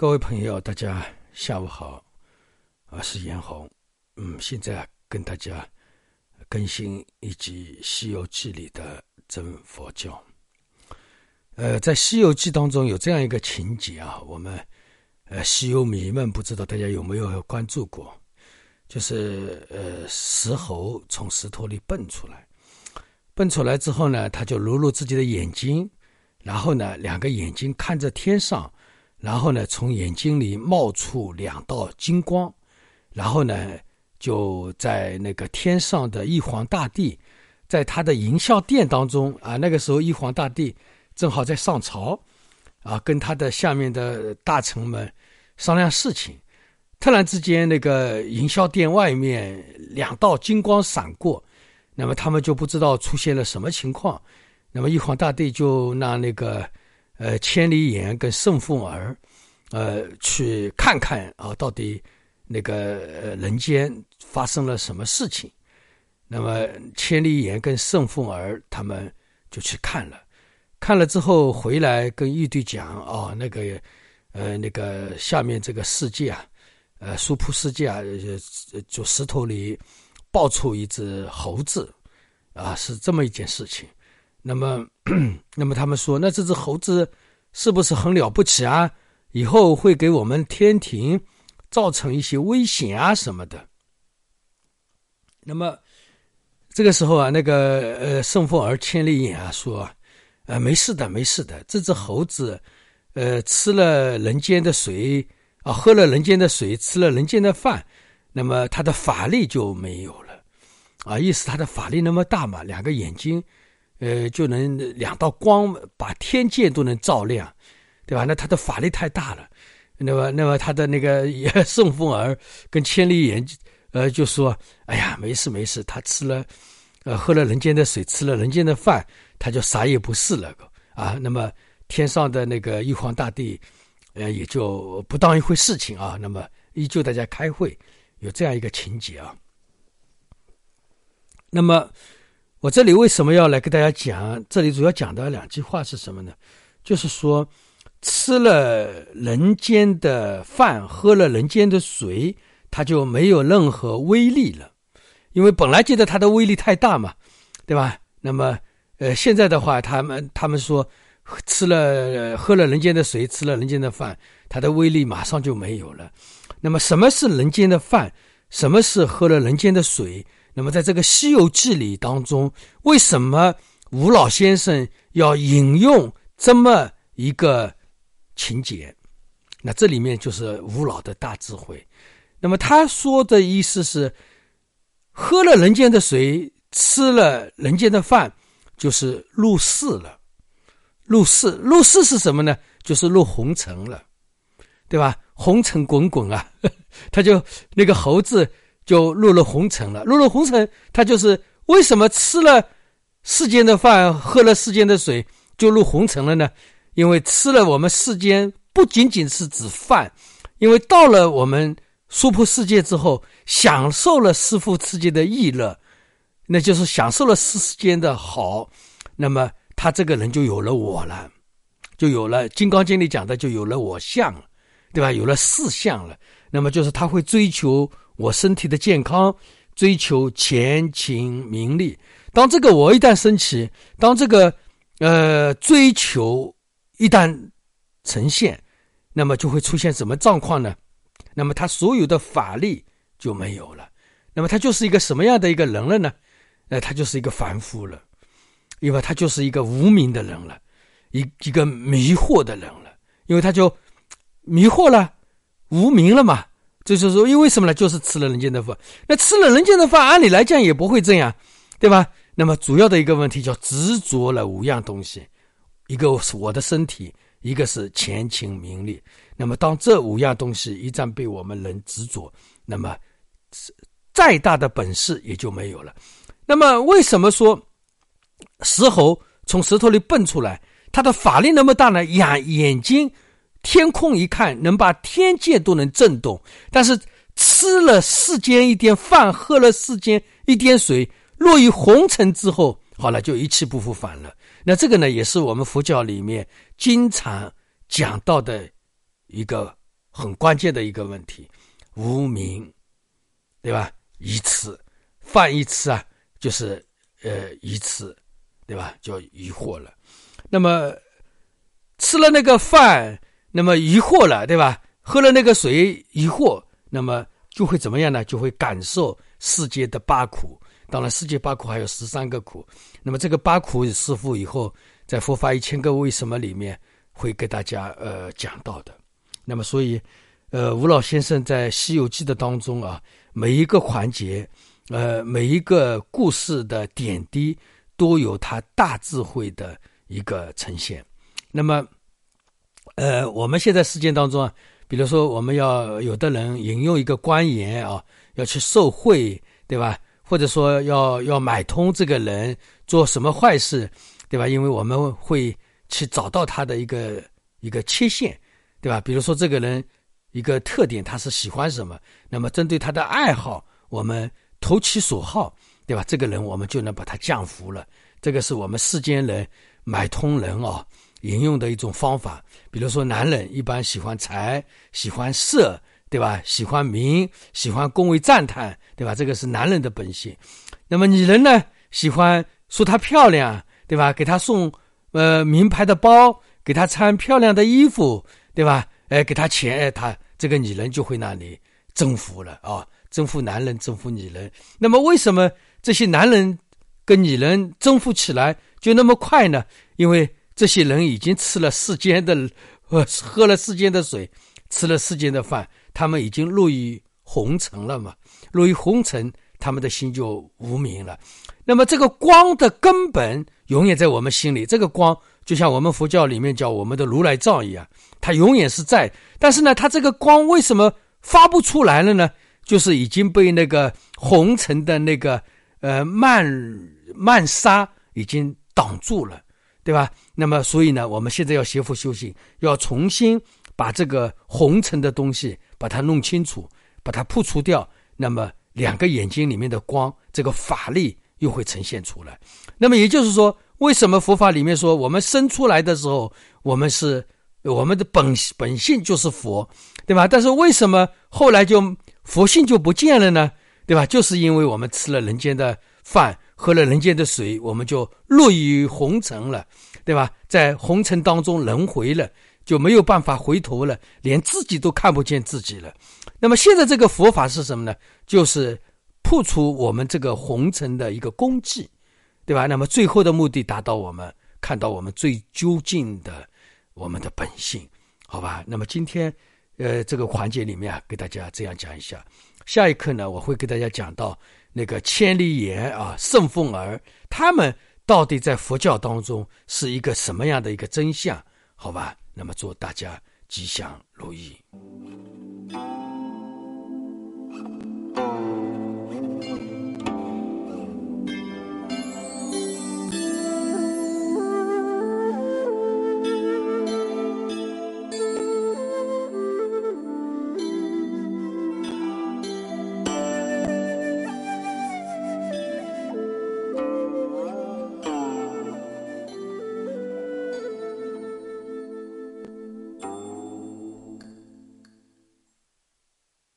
各位朋友，大家下午好，我是严宏。现在跟大家更新一集《西游记》里的真佛教。在《西游记》当中有这样一个情节啊，我们西游迷们不知道大家有没有关注过，就是石猴从石头里蹦出来之后呢，他就露露自己的眼睛，然后呢两个眼睛看着天上，然后呢从眼睛里冒出两道金光，然后呢就在那个天上的玉皇大帝，在他的迎孝殿当中啊，那个时候玉皇大帝正好在上朝啊，跟他的下面的大臣们商量事情。突然之间那个迎孝殿外面两道金光闪过，那么他们就不知道出现了什么情况。那么玉皇大帝就让那个千里眼跟圣凤儿去看看啊，到底那个人间发生了什么事情。那么千里眼跟圣凤儿他们就去看了之后回来跟玉帝讲啊，那个下面这个世界啊，苏瀑世界啊，就石头里爆出一只猴子啊，是这么一件事情。那么他们说，那这只猴子是不是很了不起啊？以后会给我们天庭造成一些危险啊什么的。那么这个时候啊，那个圣凤儿千里眼啊说没事的，这只猴子吃了人间的水啊，喝了人间的水，吃了人间的饭，那么他的法力就没有了啊，意思他的法力那么大嘛，两个眼睛就能两道光把天界都能照亮，对吧？那他的法力太大了。那么他的那个圣凤儿跟千里眼就说，哎呀，没事，他吃了喝了人间的水，吃了人间的饭，他就啥也不是了啊。那么天上的那个玉皇大帝也就不当一回事情啊。那么依旧大家开会，有这样一个情节啊。那么我这里为什么要来跟大家讲？这里主要讲的两句话是什么呢？就是说，吃了人间的饭，喝了人间的水，它就没有任何威力了，因为本来觉得它的威力太大嘛，对吧？那么现在的话，他们说喝了人间的水，吃了人间的饭，它的威力马上就没有了。那么什么是人间的饭？什么是喝了人间的水？那么在这个《西游记》里当中，为什么吴老先生要引用这么一个情节？那这里面就是吴老的大智慧。那么他说的意思是，喝了人间的水，吃了人间的饭，就是入世了。入世是什么呢？就是入红尘了，对吧？红尘滚滚啊，他就那个猴子就入了红尘了。入了红尘，他就是为什么吃了世间的饭，喝了世间的水就入红尘了呢？因为吃了我们世间不仅仅是指饭，因为到了我们娑婆世界之后，享受了世俗世界的逸乐，那就是享受了世间的好，那么他这个人就有了我了，就有了《金刚经》里讲的就有了我相了，对吧？有了四相了。那么就是他会追求我身体的健康，追求钱情名利。当这个我一旦升起，当这个追求一旦呈现，那么就会出现什么状况呢？那么他所有的法力就没有了。那么他就是一个什么样的一个人了呢？他就是一个凡夫了，因为他就是一个无明的人了，一个迷惑的人了，因为他就迷惑了，无明了嘛。这就是说，因为什么呢？就是吃了人间的饭。那吃了人间的饭，按理来讲也不会这样，对吧？那么主要的一个问题叫执着了五样东西，一个是我的身体，一个是钱情名利。那么当这五样东西一旦被我们人执着，那么再大的本事也就没有了。那么为什么说石猴从石头里蹦出来，他的法力那么大呢？眼睛天空一看，能把天界都能震动。但是吃了世间一点饭，喝了世间一点水，落于红尘之后，好了，就一去不复返了。那这个呢，也是我们佛教里面经常讲到的一个很关键的一个问题，无明，对吧？疑痴，犯一痴啊，就是疑痴，对吧？就疑惑了。那么吃了那个饭，那么疑惑了，对吧？喝了那个水疑惑，那么就会怎么样呢？就会感受世界的八苦。当然世界八苦还有13个苦，那么这个八苦师父以后在佛法1000个为什么里面会给大家讲到的。那么所以吴老先生在《西游记》的当中啊，每一个环节每一个故事的点滴都有他大智慧的一个呈现。那么我们现在世界当中啊，比如说我们要有的人引用一个官言啊，要去受贿，对吧？或者说要买通这个人做什么坏事，对吧？因为我们会去找到他的一个缺陷，对吧？比如说这个人一个特点，他是喜欢什么，那么针对他的爱好，我们投其所好，对吧？这个人我们就能把他降服了。这个是我们世间人买通人啊引用的一种方法。比如说男人一般喜欢财，喜欢色，对吧？喜欢名，喜欢恭维赞叹，对吧？这个是男人的本性。那么女人呢，喜欢说她漂亮，对吧？给她送名牌的包，给她穿漂亮的衣服，对吧？给她钱，她这个女人就会那里征服了啊，征服男人，征服女人。那么为什么这些男人跟女人征服起来就那么快呢？因为这些人已经吃了世间的喝了世间的水，吃了世间的饭，他们已经入于红尘了嘛，入于红尘，他们的心就无明了。那么这个光的根本永远在我们心里，这个光就像我们佛教里面叫我们的如来藏一样，它永远是在。但是呢，它这个光为什么发不出来了呢？就是已经被那个红尘的那个慢杀已经挡住了，对吧？那么所以呢，我们现在要学佛修行，要重新把这个红尘的东西把它弄清楚，把它破除掉，那么2个眼睛里面的光，这个法力又会呈现出来。那么也就是说，为什么佛法里面说我们生出来的时候，我们的本性就是佛，对吧？但是为什么后来就佛性就不见了呢？对吧？就是因为我们吃了人间的饭，喝了人间的水，我们就落于红尘了，对吧？在红尘当中轮回了，就没有办法回头了，连自己都看不见自己了。那么现在这个佛法是什么呢？就是破除我们这个红尘的一个功绩，对吧？那么最后的目的达到我们看到我们最究竟的我们的本性，好吧？那么今天这个环节里面啊，给大家这样讲一下。下一课呢，我会给大家讲到那个千里眼啊、圣凤儿，他们到底在佛教当中是一个什么样的一个真相，好吧？那么祝大家吉祥如意。